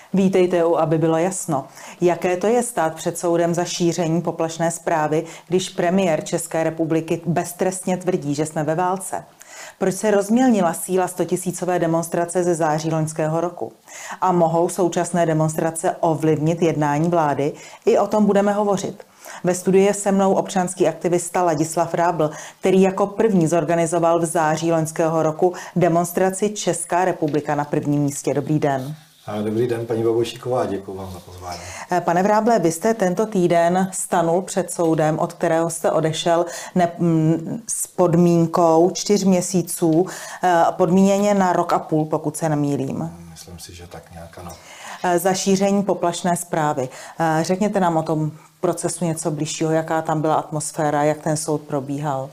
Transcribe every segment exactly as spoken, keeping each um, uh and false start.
Vítejte u Aby bylo jasno. Jaké to je stát před soudem za šíření poplašné zprávy, když premiér České republiky beztrestně tvrdí, že jsme ve válce? Proč se rozmělnila síla stotisícové demonstrace ze září loňského roku? A mohou současné demonstrace ovlivnit jednání vlády? I o tom budeme hovořit. Ve studiu je se mnou občanský aktivista Ladislav Rábl, který jako první zorganizoval v září loňského roku demonstraci Česká republika na prvním místě. Dobrý den. Dobrý den, paní Babošíková, děkuji vám za pozvání. Pane Vráble, vy jste tento týden stanul před soudem, od kterého jste odešel ne, m, s podmínkou čtyř měsíců, podmíněně na rok a půl, pokud se nemýlím. Myslím si, že tak nějak ano. Za šíření poplašné zprávy. Řekněte nám o tom procesu něco bližšího, jaká tam byla atmosféra, jak ten soud probíhal.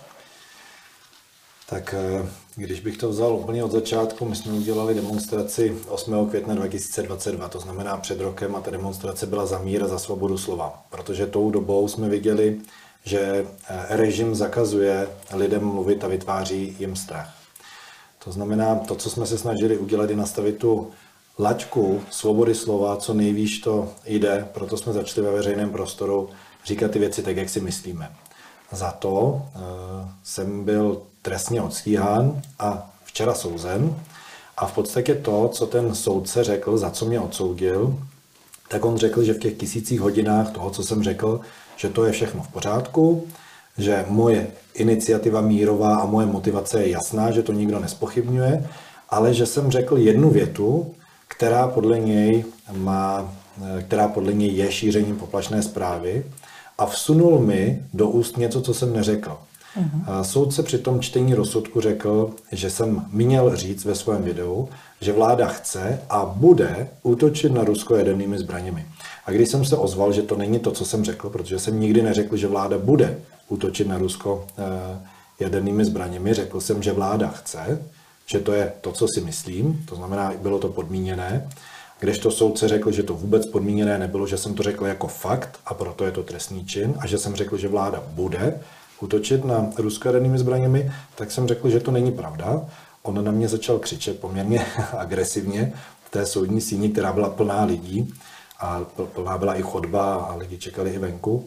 Tak když bych to vzal úplně od začátku, my jsme udělali demonstraci osmého května dva tisíce dvacet dva, to znamená před rokem, a ta demonstrace byla za mír a za svobodu slova. Protože tou dobou jsme viděli, že režim zakazuje lidem mluvit a vytváří jim strach. To znamená, to, co jsme se snažili udělat, je nastavit tu laťku svobody slova, co nejvýš to jde, proto jsme začali ve veřejném prostoru říkat ty věci tak, jak si myslíme. Za to uh, jsem byl trestně odstíhán a včera souzen. A v podstatě to, co ten soudce řekl, za co mě odsoudil, tak on řekl, že v těch tisících hodinách toho, co jsem řekl, že to je všechno v pořádku, že moje iniciativa mírová a moje motivace je jasná, že to nikdo nezpochybňuje, ale že jsem řekl jednu větu, která podle něj má, která podle něj je šířením poplašné zprávy, a vsunul mi do úst něco, co jsem neřekl. Uh-huh. Soudce při tom čtení rozsudku řekl, že jsem měl říct ve svém videu, že vláda chce a bude útočit na Rusko jadernými zbraněmi. A když jsem se ozval, že to není to, co jsem řekl, protože jsem nikdy neřekl, že vláda bude útočit na Rusko jadernými zbraněmi, řekl jsem, že vláda chce, že to je to, co si myslím, to znamená, bylo to podmíněné. Kdežto soudce řekl, že to vůbec podmíněné nebylo, že jsem to řekl jako fakt a proto je to trestný čin, a že jsem řekl, že vláda bude útočit na Rusko jadernými zbraněmi, tak jsem řekl, že to není pravda. On na mě začal křičet poměrně agresivně v té soudní síni, která byla plná lidí, a plná byla i chodba a lidi čekali i venku.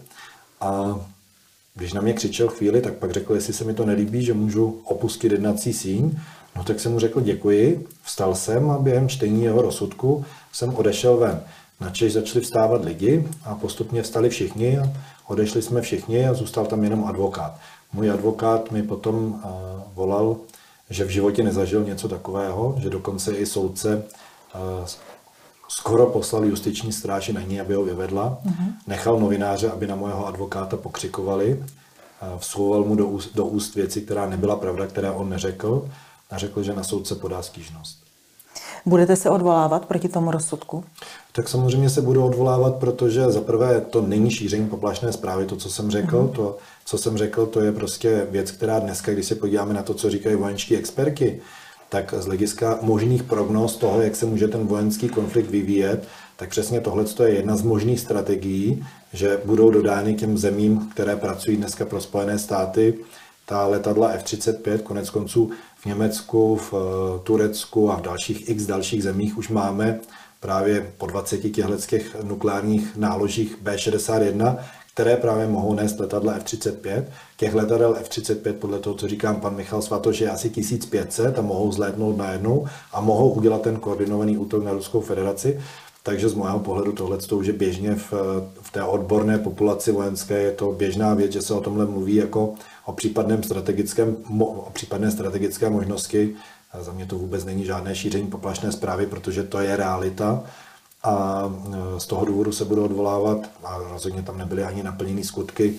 A když na mě křičel chvíli, tak pak řekl, jestli se mi to nelíbí, že můžu opustit jednací síň. No tak jsem mu řekl děkuji, vstal jsem a během čtení jeho rozsudku jsem odešel ven. Načež začali vstávat lidi a postupně vstali všichni a odešli jsme všichni a zůstal tam jenom advokát. Můj advokát mi potom uh, volal, že v životě nezažil něco takového, že dokonce i soudce uh, skoro poslal justiční stráži na ní, aby ho vyvedla. Uh-huh. Nechal novináře, aby na mojeho advokáta pokřikovali. Uh, vsouval mu do úst, do úst věci, která nebyla pravda, které on neřekl. A řekl, že na soudce podá stížnost. Budete se odvolávat proti tomu rozsudku? Tak samozřejmě se budu odvolávat, protože zaprvé to není šíření poplašné zprávy, to, co jsem řekl. Mm. To, co jsem řekl, to je prostě věc, která dneska, když se podíváme na to, co říkají vojenští experti, tak z hlediska možných prognóz toho, jak se může ten vojenský konflikt vyvíjet, tak přesně tohle je jedna z možných strategií, že budou dodány těm zemím, které pracují dneska pro Spojené státy, ta letadla F třicet pět, konec konců v Německu, v Turecku a v dalších x dalších zemích už máme právě po dvaceti těch nukleárních náložích B šedesát jedna, které právě mohou nést letadla F třicet pět. Těch letadel F třicet pět, podle toho, co říkám pan Michal Svatoš, je asi tisíc pět set a mohou zlétnout najednou a mohou udělat ten koordinovaný útok na Ruskou federaci. Takže z mého pohledu tohle už je běžně v, v té odborné populaci vojenské, je to běžná věc, že se o tomhle mluví jako o případném strategickém, o případné strategické možnosti. A za mě to vůbec není žádné šíření poplašné zprávy, protože to je realita a z toho důvodu se budu odvolávat a rozhodně tam nebyly ani naplněny skutky.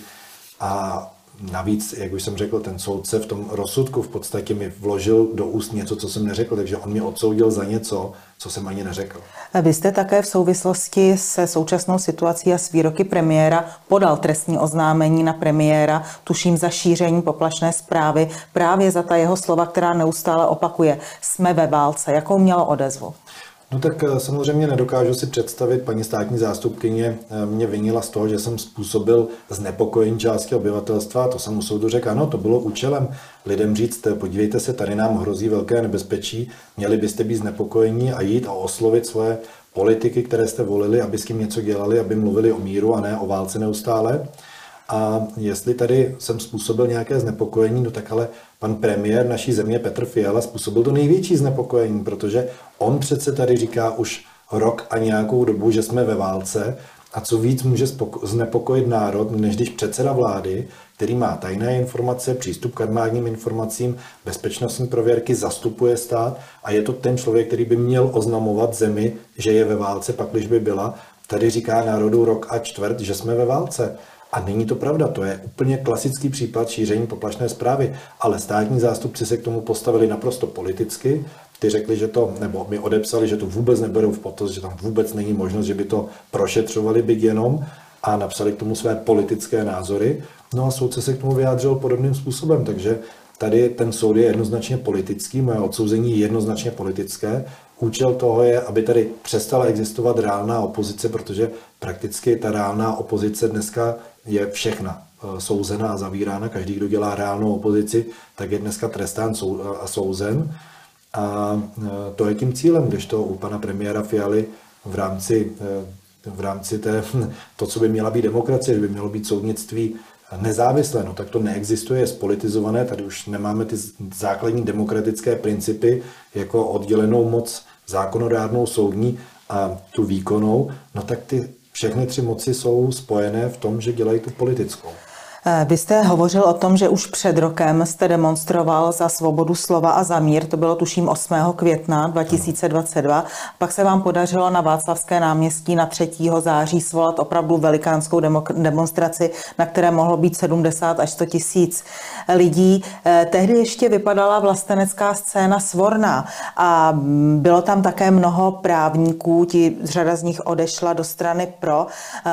A navíc, jak už jsem řekl, ten soudce v tom rozsudku v podstatě mi vložil do úst něco, co jsem neřekl, takže on mě odsoudil za něco, co jsem ani neřekl. Vy jste také v souvislosti se současnou situací a s výroky premiéra podal trestní oznámení na premiéra, tuším za šíření poplašné zprávy, právě za ta jeho slova, která neustále opakuje. Jsme ve válce. Jakou mělo odezvu? No tak samozřejmě nedokážu si představit, paní státní zástupkyně mě vinila z toho, že jsem způsobil znepokojení části obyvatelstva. To jsem u soudu řekl, ano, to bylo účelem lidem říct, podívejte se, tady nám hrozí velké nebezpečí, měli byste být znepokojení a jít a oslovit svoje politiky, které jste volili, aby s tím něco dělali, aby mluvili o míru a ne o válce neustále. A jestli tady jsem způsobil nějaké znepokojení, no tak ale pan premiér naší země Petr Fiala způsobil to největší znepokojení, protože on přece tady říká už rok a nějakou dobu, že jsme ve válce. A co víc může znepokojit národ, než když předseda vlády, který má tajné informace, přístup k armádním informacím, bezpečnostní prověrky, zastupuje stát a je to ten člověk, který by měl oznamovat zemi, že je ve válce, pakliž by byla, tady říká národu rok a čtvrt, že jsme ve válce. A není to pravda, to je úplně klasický případ šíření poplašné zprávy, ale státní zástupci se k tomu postavili naprosto politicky. Ty řekli, že to, nebo mi odepsali, že to vůbec neberou v potaz, že tam vůbec není možnost, že by to prošetřovali byť jenom a napsali k tomu své politické názory. No a soudce se k tomu vyjádřil podobným způsobem, takže tady ten soud je jednoznačně politický, moje odsouzení je jednoznačně politické. Účel toho je, aby tady přestala existovat reálná opozice, protože prakticky ta reálná opozice dneska je všechna souzená a zavírána. Každý, kdo dělá reálnou opozici, tak je dneska trestán a souzen. A to je tím cílem, když to u pana premiéra Fialy v rámci, v rámci té, to, co by měla být demokracie, by mělo být soudnictví nezávislé, no tak to neexistuje, je spolitizované, tady už nemáme ty základní demokratické principy jako oddělenou moc zákonodárnou, soudní a tu výkonnou, no tak ty všechny tři moci jsou spojené v tom, že dělají tu politickou. Vy jste hovořil o tom, že už před rokem jste demonstroval za svobodu slova a za mír, to bylo tuším osmého května dva tisíce dvacet dva, pak se vám podařilo na Václavské náměstí na třetího září svolat opravdu velikánskou demonstraci, na které mohlo být sedmdesát až sto tisíc lidí. Tehdy ještě vypadala vlastenecká scéna svorná a bylo tam také mnoho právníků, ti řada z nich odešla do strany pro.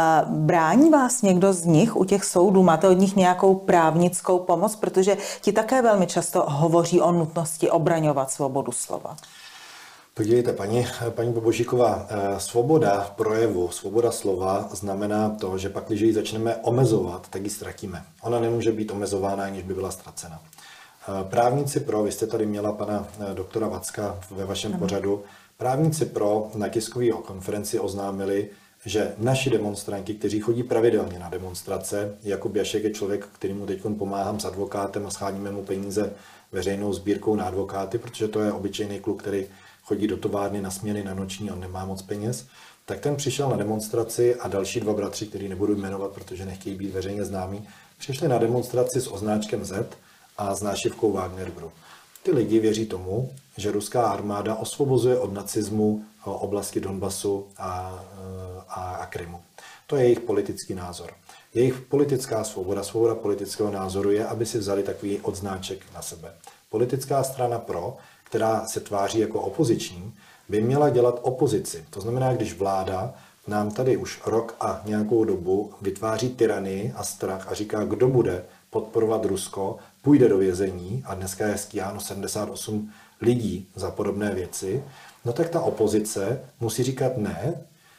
Brání vás někdo z nich u těch soudů? Máte od nich nějakou právnickou pomoc, protože ti také velmi často hovoří o nutnosti obraňovat svobodu slova. Podívejte, paní, paní Bobošíková, svoboda projevu, svoboda slova znamená to, že pak, když ji začneme omezovat, tak ji ztratíme. Ona nemůže být omezována, aniž by byla ztracena. Právníci pro, vy jste tady měla pana doktora Vacka ve vašem Aha. pořadu, právníci pro na tiskové konferenci oznámili, že naši demonstranti, kteří chodí pravidelně na demonstrace, Jakub Jašek je člověk, kterýmu teď pomáhám s advokátem a scháníme mu peníze veřejnou sbírkou na advokáty, protože to je obyčejný kluk, který chodí do továrny na směny na noční, on nemá moc peněz, tak ten přišel na demonstraci a další dva bratři, který nebudu jmenovat, protože nechtějí být veřejně známí, přišli na demonstraci s označkem Z a s nášivkou Wagner Group. Ty lidi věří tomu, že ruská armáda osvobozuje od nacismu oblasti Donbasu a, a, a Krymu. To je jejich politický názor. Jejich politická svoboda, svoboda politického názoru je, aby si vzali takový odznáček na sebe. Politická strana pro, která se tváří jako opoziční, by měla dělat opozici. To znamená, když vláda nám tady už rok a nějakou dobu vytváří tyranii a strach a říká, kdo bude podporovat Rusko, půjde do vězení a dneska je stíháno sedmdesát osm lidí za podobné věci, no tak ta opozice musí říkat ne,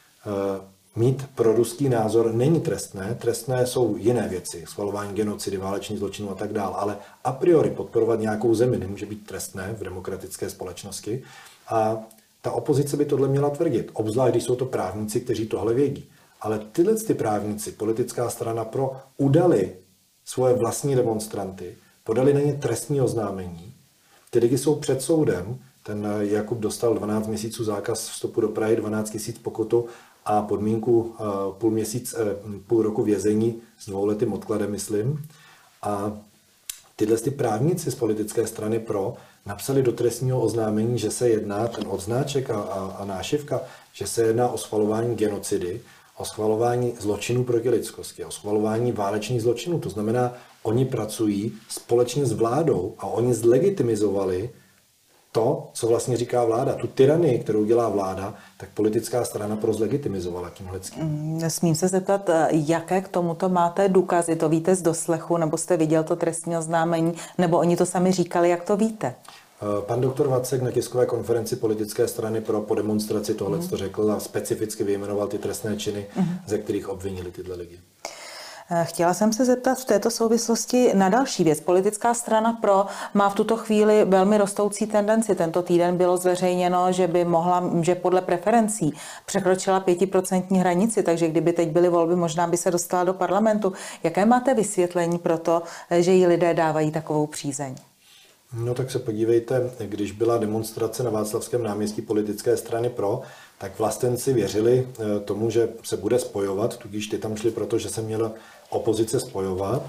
mít proruský názor není trestné, trestné jsou jiné věci, schvalování genocidy, válečných zločinů a tak dále, ale a priori podporovat nějakou zemi nemůže být trestné v demokratické společnosti a ta opozice by tohle měla tvrdit, obzvlášť když jsou to právníci, kteří tohle vědí. Ale tyhle ty právníci, politická strana pro, udali svoje vlastní demonstranty, podali na ně trestní oznámení, ty lidi jsou před soudem, ten Jakub dostal dvanáct měsíců zákaz vstupu do Prahy, dvanáct tisíc pokutu a podmínku půl, měsíc, půl roku vězení s dvouletým odkladem, myslím. A tyhle ty právníci z politické strany pro napsali do trestního oznámení, že se jedná, ten odznáček a, a, a nášivka, že se jedná o schvalování genocidy, o schvalování zločinů proti lidskosti, o schvalování válečných zločinů. To znamená, oni pracují společně s vládou a oni zlegitimizovali to, co vlastně říká vláda. Tu tyranii, kterou dělá vláda, tak politická strana pro zlegitimizovala tímhleckým. Smím se zeptat, jaké k tomuto máte důkazy? To víte z doslechu, nebo jste viděl to trestní oznámení, nebo oni to sami říkali, jak to víte? Pan doktor Vacek na tiskové konferenci politické strany pro po demonstraci tohle mm. to řekl a specificky vyjmenoval ty trestné činy, mm. ze kterých obvinili tyhle lidi. Chtěla jsem se zeptat v této souvislosti na další věc. Politická strana Pro má v tuto chvíli velmi rostoucí tendenci. Tento týden bylo zveřejněno, že by mohla, že podle preferencí překročila pětiprocentní hranici, takže kdyby teď byly volby, možná by se dostala do parlamentu. Jaké máte vysvětlení pro to, že jí lidé dávají takovou přízeň? No tak se podívejte, když byla demonstrace na Václavském náměstí politické strany Pro, tak vlastenci věřili tomu, že se bude spojovat, tudíž ty tam šli proto, že se měla opozice spojovat,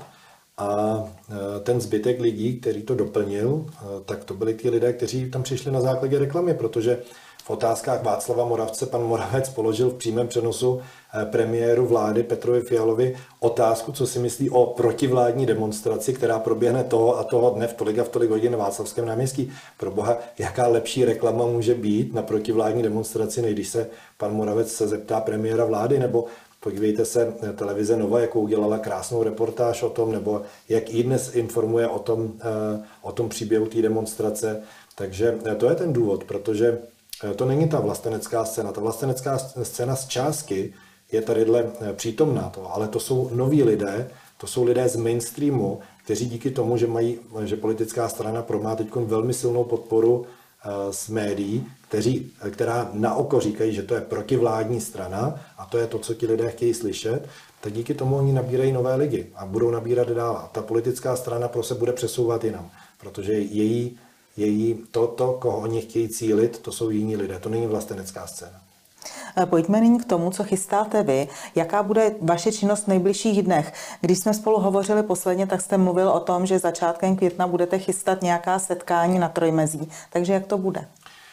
a ten zbytek lidí, který to doplnil, tak to byli ti lidé, kteří tam přišli na základě reklamy, protože v otázkách Václava Moravce pan Moravec položil v přímém přenosu premiéru vlády Petrovi Fialovi otázku, co si myslí o protivládní demonstraci, která proběhne toho a toho dne v tolik a v tolik hodin na Václavském náměstí. Pro boha, jaká lepší reklama může být na protivládní demonstraci, než když se pan Moravec se zeptá premiéra vlády, nebo podívejte se, televize Nova, jakou udělala krásnou reportáž o tom, nebo jak i dnes informuje o tom, o tom příběhu té demonstrace. Takže to je ten důvod, protože to není ta vlastenecká scéna. Ta vlastenecká scéna z částky je tadyhle přítomná, to, ale to jsou noví lidé, to jsou lidé z mainstreamu, kteří díky tomu, že mají, že politická strana Pro má teď velmi silnou podporu z médií, kteří, která na oko říkají, že to je protivládní strana a to je to, co ti lidé chtějí slyšet, tak díky tomu oni nabírají nové lidi a budou nabírat dál. A ta politická strana Pro se bude přesouvat jinam, protože její, její to, to, koho oni chtějí cílit, to jsou jiní lidé, to není vlastenecká scéna. Pojďme nyní k tomu, co chystáte vy. Jaká bude vaše činnost v nejbližších dnech? Když jsme spolu hovořili posledně, tak jste mluvil o tom, že začátkem května budete chystat nějaká setkání na Trojmezí. Takže jak to bude?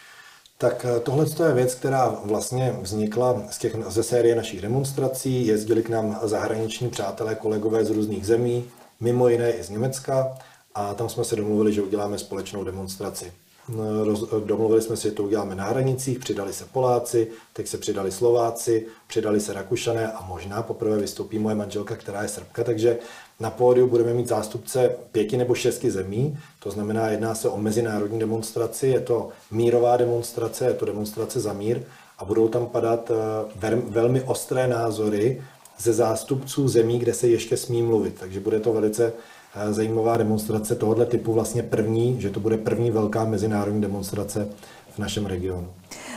Tak tohle je věc, která vlastně vznikla z těch, ze série našich demonstrací. Jezdili k nám zahraniční přátelé, kolegové z různých zemí, mimo jiné i z Německa, a tam jsme se domluvili, že uděláme společnou demonstraci. Domluvili jsme si, že to uděláme na hranicích, přidali se Poláci, teď se přidali Slováci, přidali se Rakušané a možná poprvé vystoupí moje manželka, která je Srbka, takže na pódiu budeme mít zástupce pěti nebo šesti zemí, to znamená, jedná se o mezinárodní demonstraci, je to mírová demonstrace, je to demonstrace za mír a budou tam padat velmi ostré názory ze zástupců zemí, kde se ještě smí mluvit, takže bude to velice zajímavá demonstrace tohoto typu, vlastně první, že to bude první velká mezinárodní demonstrace v našem regionu.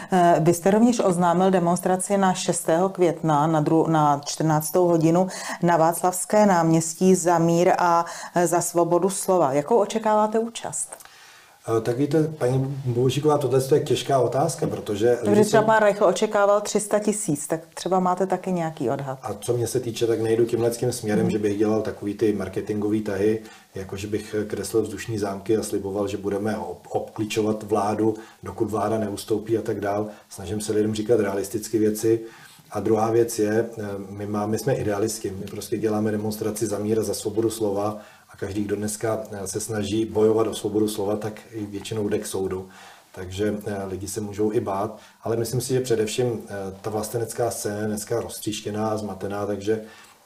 Vy jste rovněž oznámil demonstraci na šestého května na, dru- na čtrnáctou hodinu na Václavské náměstí za mír a za svobodu slova. Jakou očekáváte účast? Tak víte, paní Bohužíková, tohle je těžká otázka, protože... Takže třeba pan Reichl očekával tři sta tisíc, tak třeba máte taky nějaký odhad. A co mě se týče, tak nejdu tímhleckým směrem, hmm. že bych dělal takový ty marketingový tahy, jako že bych kreslil vzdušní zámky a sliboval, že budeme obklíčovat vládu, dokud vláda neustoupí a tak dál. Snažím se lidem říkat realistické věci. A druhá věc je, my, máme, my jsme idealisti, my prostě děláme demonstraci za mír a za svobodu slova a každý, kdo dneska se snaží bojovat o svobodu slova, tak i většinou jde k soudu. Takže lidi se můžou i bát, ale myslím si, že především ta vlastenecká scéna je dneska roztříštěná a zmatená, takže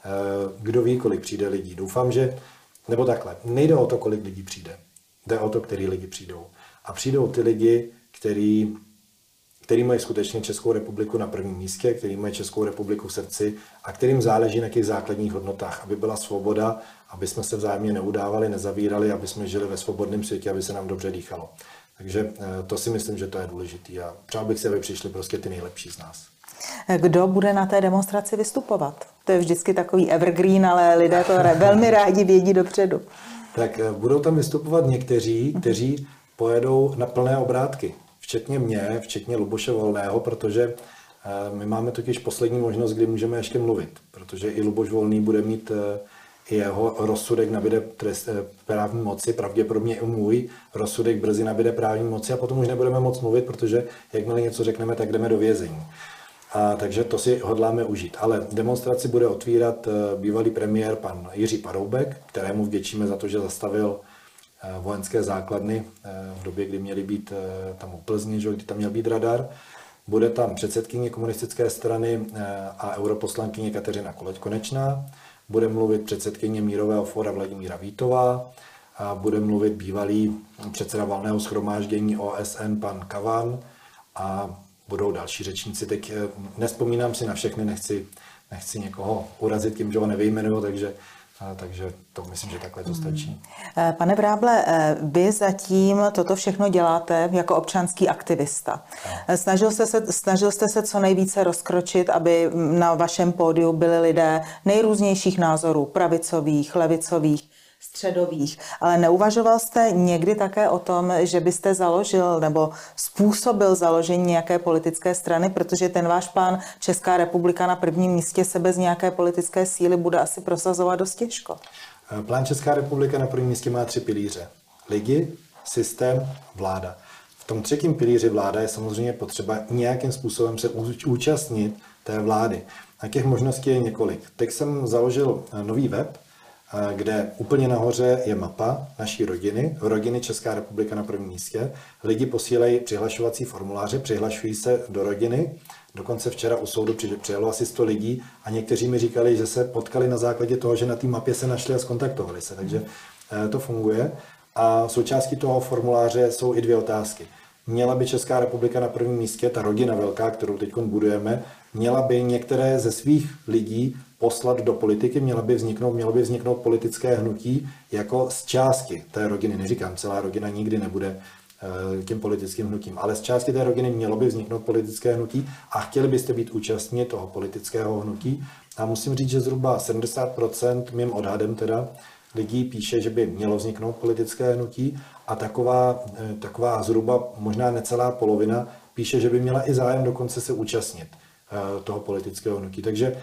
kdo ví, kolik přijde lidí. Doufám, že, nebo takhle, nejde o to, kolik lidí přijde, jde o to, který lidi přijdou. A přijdou ty lidi, který který mají skutečně Českou republiku na prvním místě, který mají Českou republiku v srdci a kterým záleží na těch základních hodnotách, aby byla svoboda, aby jsme se vzájemně neudávali, nezavírali, aby jsme žili ve svobodném světě, aby se nám dobře dýchalo. Takže to si myslím, že to je důležitý a přál bych si, aby přišli prostě ty nejlepší z nás. Kdo bude na té demonstraci vystupovat? To je vždycky takový evergreen, ale lidé to velmi rádi vědí dopředu. Tak budou tam vystupovat někteří, kteří pojedou na plné obrátky. Včetně mě, včetně Luboše Volného, protože my máme totiž poslední možnost, kdy můžeme ještě mluvit, protože i Luboš Volný bude mít i jeho rozsudek nabyde trest, právní moci, pravděpodobně i můj rozsudek brzy nabyde právní moci a potom už nebudeme moc mluvit, protože jakmile něco řekneme, tak jdeme do vězení. A takže to si hodláme užít. Ale demonstraci bude otvírat bývalý premiér pan Jiří Paroubek, kterému vděčíme za to, že zastavil vojenské základny v době, kdy měly být tam u Plzni, kdy tam měl být radar. Bude tam předsedkyně komunistické strany a europoslankyně Kateřina Konečná. Bude mluvit předsedkyně Mírového fóra Vladimíra Vítová. A bude mluvit bývalý předseda Valného shromáždění O S N pan Kavan. A budou další řečníci. Teď nespomínám si na všechny, nechci nechci někoho urazit tím, že ho nevyjmenuju, takže Takže to myslím, že takhle to stačí. Pane Vráble, vy zatím toto všechno děláte jako občanský aktivista. Snažil jste se, snažil jste se co nejvíce rozkročit, aby na vašem pódiu byli lidé nejrůznějších názorů, pravicových, levicových, středových, ale neuvažoval jste někdy také o tom, že byste založil nebo způsobil založení nějaké politické strany, protože ten váš plán Česká republika na prvním místě se bez nějaké politické síly bude asi prosazovat dost těžko. Plán Česká republika na prvním místě má tři pilíře. Lidi, systém, vláda. V tom třetím pilíři vláda je samozřejmě potřeba nějakým způsobem se účastnit té vlády. A těch možností je několik. Teď jsem založil nový web, kde úplně nahoře je mapa naší rodiny, rodiny Česká republika na prvním místě. Lidi posílají přihlašovací formuláře, přihlašují se do rodiny. Dokonce včera u soudu přijelo asi sto lidí a někteří mi říkali, že se potkali na základě toho, že na té mapě se našli a skontaktovali se. Takže to funguje. A součástí toho formuláře jsou i dvě otázky. Měla by Česká republika na prvním místě, ta rodina velká, kterou teď budujeme, měla by některé ze svých lidí poslat do politiky, měla by vzniknout, mělo by vzniknout politické hnutí jako z části té rodiny. Neříkám, celá rodina nikdy nebude tím politickým hnutím, ale z části té rodiny mělo by vzniknout politické hnutí a chtěli byste být účastní toho politického hnutí. A musím říct, že zhruba sedmdesát procent mým odhadem teda lidí píše, že by mělo vzniknout politické hnutí a taková, taková zhruba možná necelá polovina píše, že by měla i zájem dokonce se účastnit toho politického hnutí. Takže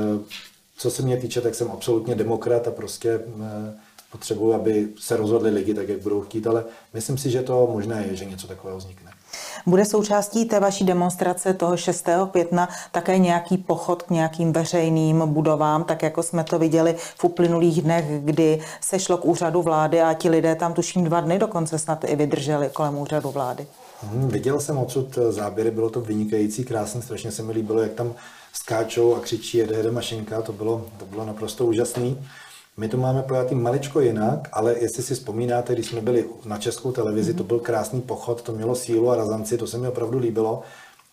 co se mě týče, tak jsem absolutně demokrat a prostě potřebuji, aby se rozhodli lidi tak, jak budou chtít, ale myslím si, že to možné je, že něco takového vznikne. Bude součástí té vaší demonstrace toho šestého května také nějaký pochod k nějakým veřejným budovám, tak jako jsme to viděli v uplynulých dnech, kdy se šlo k úřadu vlády a ti lidé tam tuším dva dny dokonce snad i vydrželi kolem úřadu vlády. Hmm, viděl jsem odsud záběry, bylo to vynikající, krásně, strašně se mi líbilo, jak tam skáčou a křičí jede, jede mašinka, to bylo, to bylo naprosto úžasný. My to máme pojatý maličko jinak, ale jestli si vzpomínáte, když jsme byli na Českou televizi, to byl krásný pochod, to mělo sílu a razanci, to se mi opravdu líbilo.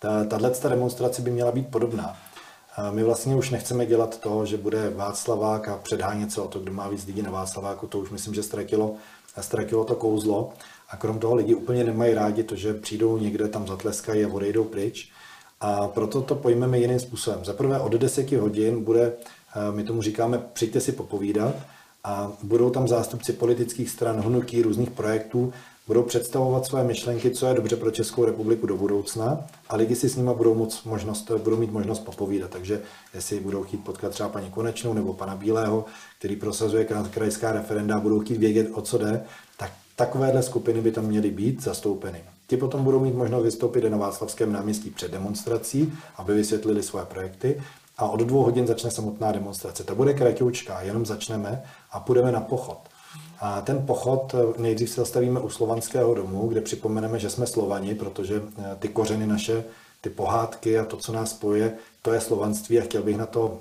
Tato demonstrace by měla být podobná. My vlastně už nechceme dělat to, že bude Václavák a předhánět se o to, kdo má víc lidí na Václaváku, to už myslím, že ztratilo, ztratilo to kouzlo. A krom toho lidi úplně nemají rádi to, že přijdou někde, tam zatleskají a odejdou pryč. A proto to pojmeme jiným způsobem. Za prvé od deseti hodin bude, my tomu říkáme, přijďte si popovídat a budou tam zástupci politických stran, hnutí, různých projektů, budou představovat své myšlenky, co je dobře pro Českou republiku do budoucna a lidi si s nimi budou, moc možnost, budou mít možnost popovídat. Takže jestli budou chtít potkat třeba paní Konečnou nebo pana Bílého, který prosazuje krajská referenda a budou chtít vědět, o co jde, tak takovéhle skupiny by tam měly být zastoupeny. Ti potom budou mít možnost vystoupit na Václavském náměstí před demonstrací, aby vysvětlili svoje projekty. A od dvou hodin začne samotná demonstrace. Ta bude kraťoučká, jenom začneme a půjdeme na pochod. A ten pochod nejdřív se zastavíme u Slovanského domu, kde připomeneme, že jsme Slovani, protože ty kořeny naše, ty pohádky a to, co nás spojuje, to je slovanství a chtěl bych na to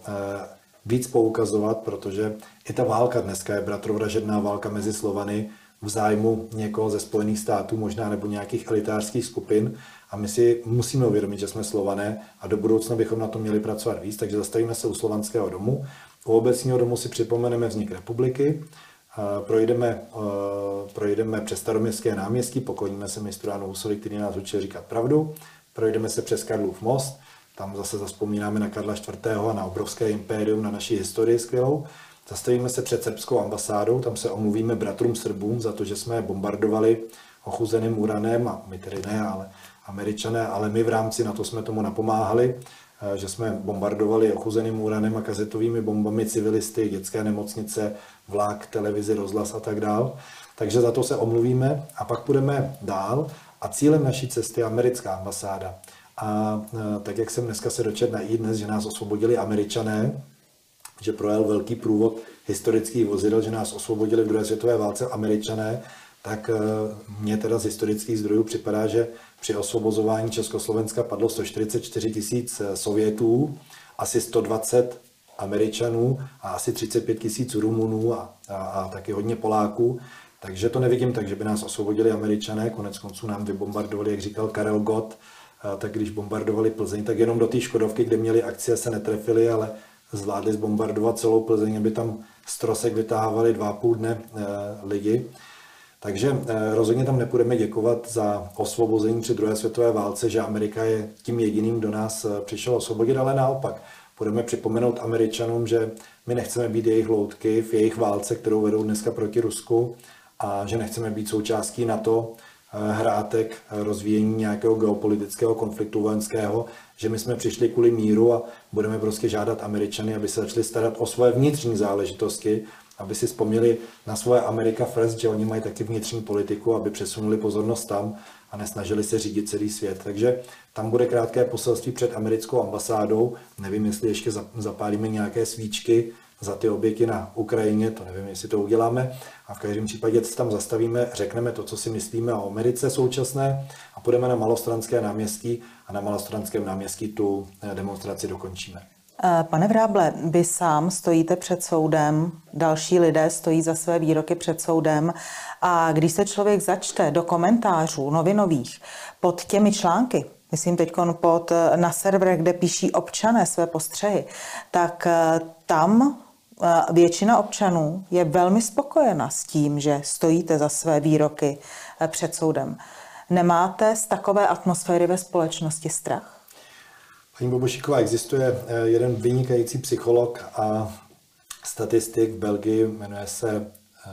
víc poukazovat, protože i ta válka dneska je bratrovražedná válka mezi Slovany v zájmu někoho ze Spojených států, možná nebo nějakých elitářských skupin. A my si musíme uvědomit, že jsme Slované a do budoucna bychom na to měli pracovat víc, takže zastavíme se u Slovanského domu. U Obecního domu si připomeneme vznik republiky, projdeme, projdeme přes Staroměstské náměstí, pokloníme se mistru Janu Husovi, který nás učil říkat pravdu, projdeme se přes Karlův most, tam zase zazpomínáme na Karla čtvrtého a na obrovské impérium, na naší historii skvělou. Zastavíme se před srbskou ambasádou, tam se omluvíme bratrům Srbům za to, že jsme bombardovali ochuzeným uranem, a my tedy ne, ale Američané, ale my v rámci NATO jsme tomu napomáhali, že jsme bombardovali ochuzeným uranem a kazetovými bombami civilisty, dětské nemocnice, vlak, televizi, rozhlas a tak dál. Takže za to se omluvíme a pak půjdeme dál a cílem naší cesty je americká ambasáda. A tak, jak jsem dneska se dočetl na iDnes, že nás osvobodili Američané, že projel velký průvod historických vozidel, že nás osvobodili v druhé světové válce Američané, tak mně teda z historických zdrojů připadá, že při osvobozování Československa padlo sto čtyřicet čtyři tisíc Sovětů, asi sto dvacet Američanů a asi třicet pět tisíc Rumunů a, a, a taky hodně Poláků. Takže to nevidím tak, že by nás osvobodili Američané, konec konců nám vybombardovali, jak říkal Karel Gott, tak když bombardovali Plzeň, tak jenom do té Škodovky, kde měli akcie, se netrefili, ale zvládli zbombardovat celou Plzeň, aby tam z trosek vytahávali dva a půl dne lidi. Takže rozhodně tam nepůjdeme děkovat za osvobození při druhé světové válce, že Amerika je tím jediným, kdo nás přišel osvobodit, ale naopak. Budeme připomenout Američanům, že my nechceme být jejich loutky v jejich válce, kterou vedou dneska proti Rusku, a že nechceme být součástí NATO, hrátek rozvíjení nějakého geopolitického konfliktu vojenského, že my jsme přišli kvůli míru a budeme prostě žádat Američany, aby se začali starat o svoje vnitřní záležitosti, aby si vzpomněli na svoje America First, že oni mají taky vnitřní politiku, aby přesunuli pozornost tam a nesnažili se řídit celý svět. Takže tam bude krátké poselství před americkou ambasádou. Nevím, jestli ještě zapálíme nějaké svíčky za ty oběti na Ukrajině, to nevím, jestli to uděláme. A v každém případě se tam zastavíme, řekneme to, co si myslíme o Americe současné a půjdeme na Malostranské náměstí a na Malostranském náměstí tu demonstraci dokončíme. Pane Vráble, vy sám stojíte před soudem, další lidé stojí za své výroky před soudem a když se člověk začte do komentářů novinových pod těmi články, myslím teď pod, na serverech, kde píší občané své postřehy, tak tam většina občanů je velmi spokojena s tím, že stojíte za své výroky před soudem. Nemáte z takové atmosféry ve společnosti strach? Paní Bobošíková, existuje jeden vynikající psycholog a statistik v Belgii, jmenuje se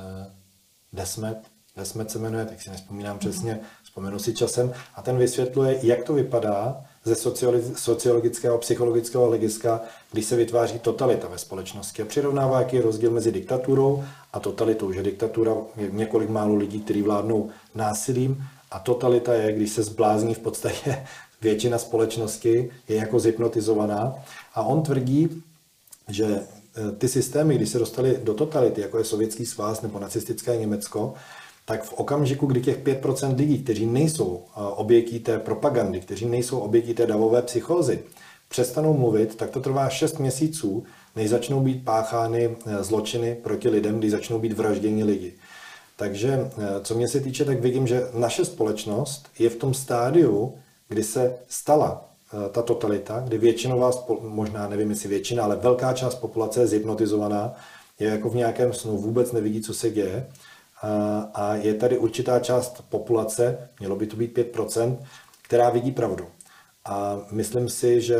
Desmet, Desmet se jmenuje, tak si nespomínám přesně, vzpomenu si časem, a ten vysvětluje, jak to vypadá ze sociologického a psychologického hlediska, když se vytváří totalita ve společnosti. A přirovnává, jaký je rozdíl mezi diktaturou a totalitou, že diktatura je několik málo lidí, kteří vládnou násilím, a totalita je, když se zblázní v podstatě většina společnosti, je jako zhypnotizovaná. A on tvrdí, že ty systémy, když se dostaly do totality, jako je Sovětský svaz nebo nacistické Německo, tak v okamžiku, kdy těch pět procent lidí, kteří nejsou obětí té propagandy, kteří nejsou obětí té davové psychózy, přestanou mluvit, tak to trvá šest měsíců, než začnou být páchány zločiny proti lidem, když začnou být vražděni lidi. Takže co mě se týče, tak vidím, že naše společnost je v tom stádiu, kdy se stala ta totalita, kdy většinová, možná nevím, jestli většina, ale velká část populace je zhypnotizovaná, je jako v nějakém snu, vůbec nevidí, co se děje. A je tady určitá část populace, mělo by to být pět procent, která vidí pravdu. A myslím si, že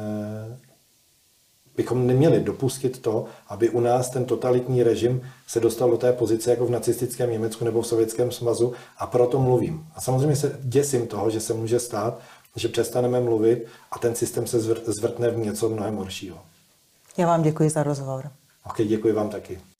bychom neměli dopustit to, aby u nás ten totalitní režim se dostal do té pozice jako v nacistickém Německu nebo v Sovětském svazu, a proto mluvím. A samozřejmě se děsím toho, že se může stát, že přestaneme mluvit a ten systém se zvrtne v něco mnohem horšího. Já vám děkuji za rozhovor. Ok, děkuji vám taky.